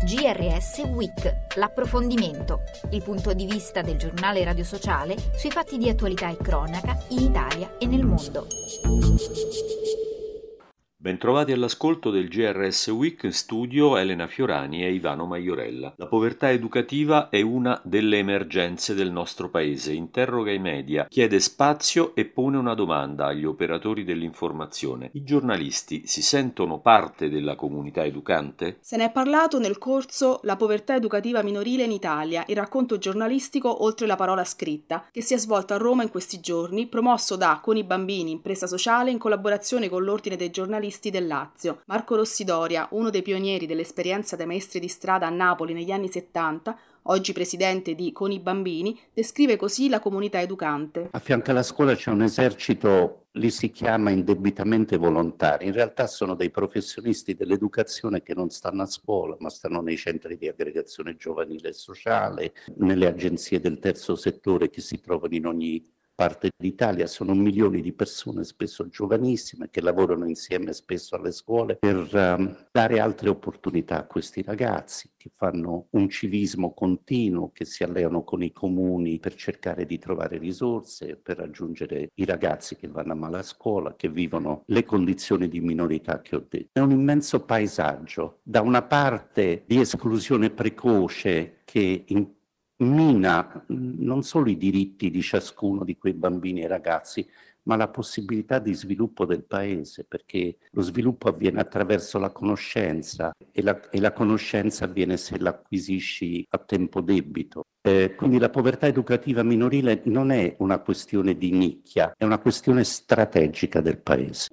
GRS Week, l'approfondimento, il punto di vista del giornale radio sociale sui fatti di attualità e cronaca in Italia e nel mondo. Bentrovati all'ascolto del GRS Week, in studio Elena Fiorani e Ivano Maiorella. La povertà educativa è una delle emergenze del nostro paese. Interroga i media, chiede spazio e pone una domanda agli operatori dell'informazione. I giornalisti si sentono parte della comunità educante? Se ne è parlato nel corso La povertà educativa minorile in Italia, il racconto giornalistico oltre la parola scritta, che si è svolto a Roma in questi giorni, promosso da Con i Bambini, impresa sociale, in collaborazione con l'Ordine dei giornalisti del Lazio. Marco Rossidoria, uno dei pionieri dell'esperienza dei maestri di strada a Napoli negli anni 70, oggi presidente di Con i Bambini, descrive così la comunità educante. A fianco alla scuola c'è un esercito, li si chiama indebitamente volontari, in realtà sono dei professionisti dell'educazione che non stanno a scuola, ma stanno nei centri di aggregazione giovanile e sociale, nelle agenzie del terzo settore che si trovano in ogni parte d'Italia. Sono milioni di persone, spesso giovanissime, che lavorano insieme spesso alle scuole per dare altre opportunità a questi ragazzi, che fanno un civismo continuo, che si alleano con i comuni per cercare di trovare risorse, per raggiungere i ragazzi che vanno a male a scuola, che vivono le condizioni di minorità che ho detto. È un immenso paesaggio, da una parte di esclusione precoce che mina non solo i diritti di ciascuno di quei bambini e ragazzi, ma la possibilità di sviluppo del paese, perché lo sviluppo avviene attraverso la conoscenza e la conoscenza avviene se l'acquisisci a tempo debito. Quindi la povertà educativa minorile non è una questione di nicchia, è una questione strategica del paese.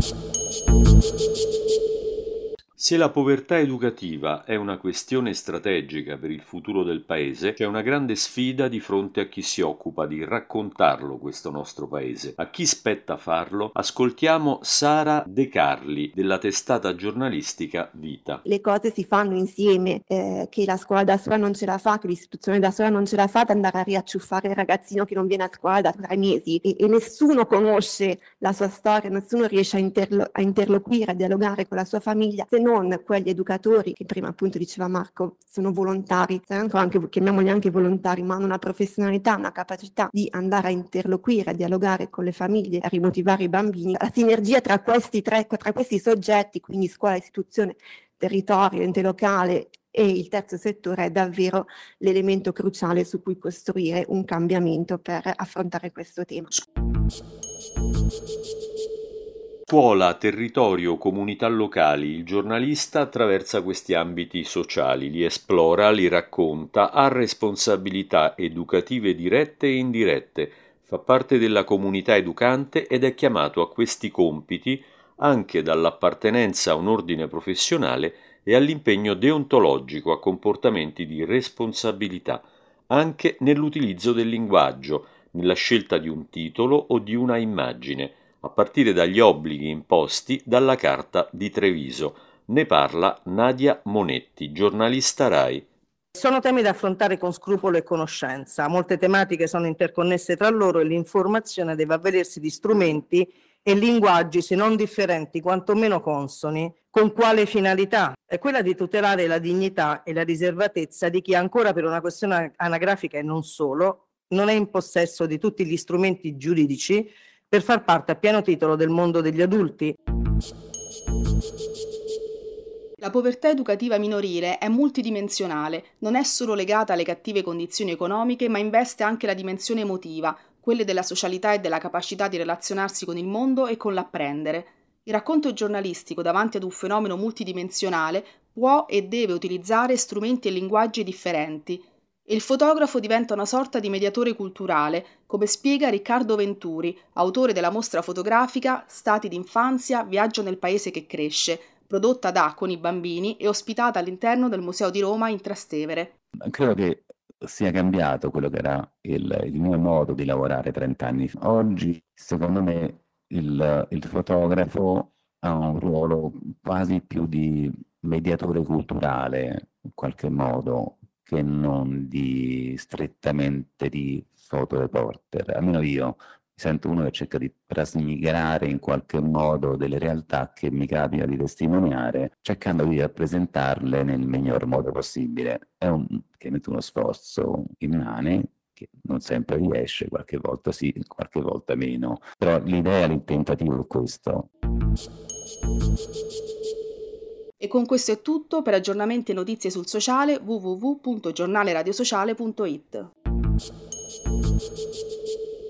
Se la povertà educativa è una questione strategica per il futuro del paese, c'è una grande sfida di fronte a chi si occupa di raccontarlo questo nostro paese. A chi spetta farlo? Ascoltiamo Sara De Carli della testata giornalistica Vita. Le cose si fanno insieme, che la scuola da sola non ce la fa, che l'istituzione da sola non ce la fa, ad andare a riacciuffare il ragazzino che non viene a scuola da 3 mesi e nessuno conosce la sua storia, nessuno riesce a interloquire, a dialogare con la sua famiglia, se non quegli educatori che prima appunto diceva Marco sono volontari, anche, chiamiamoli anche volontari, ma hanno una professionalità, una capacità di andare a interloquire, a dialogare con le famiglie, a rimotivare i bambini. La sinergia tra questi soggetti, quindi scuola, istituzione, territorio, ente locale e il terzo settore, è davvero l'elemento cruciale su cui costruire un cambiamento per affrontare questo tema. Scuola, territorio, comunità locali, il giornalista attraversa questi ambiti sociali, li esplora, li racconta, ha responsabilità educative dirette e indirette, fa parte della comunità educante ed è chiamato a questi compiti anche dall'appartenenza a un ordine professionale e all'impegno deontologico a comportamenti di responsabilità, anche nell'utilizzo del linguaggio, nella scelta di un titolo o di una immagine, a partire dagli obblighi imposti dalla Carta di Treviso. Ne parla Nadia Monetti, giornalista RAI. Sono temi da affrontare con scrupolo e conoscenza. Molte tematiche sono interconnesse tra loro e l'informazione deve avvalersi di strumenti e linguaggi, se non differenti, quantomeno consoni. Con quale finalità? È quella di tutelare la dignità e la riservatezza di chi ancora per una questione anagrafica e non solo, non è in possesso di tutti gli strumenti giuridici per far parte a pieno titolo del mondo degli adulti. La povertà educativa minorile è multidimensionale, non è solo legata alle cattive condizioni economiche, ma investe anche la dimensione emotiva, quelle della socialità e della capacità di relazionarsi con il mondo e con l'apprendere. Il racconto giornalistico davanti ad un fenomeno multidimensionale può e deve utilizzare strumenti e linguaggi differenti. Il fotografo diventa una sorta di mediatore culturale, come spiega Riccardo Venturi, autore della mostra fotografica Stati d'infanzia, viaggio nel paese che cresce, prodotta da Con i Bambini e ospitata all'interno del Museo di Roma in Trastevere. Credo che sia cambiato quello che era il mio modo di lavorare 30 anni fa. Oggi, secondo me, il fotografo ha un ruolo quasi più di mediatore culturale, in qualche modo, che non strettamente di fotoreporter. Almeno io sento uno che cerca di trasmigrare in qualche modo delle realtà che mi capita di testimoniare, cercando di rappresentarle nel miglior modo possibile. È chiaramente uno sforzo immane, che non sempre riesce, qualche volta sì, qualche volta meno, però l'idea, il tentativo è questo. E con questo è tutto. Per aggiornamenti e notizie sul sociale www.giornaleradiosociale.it.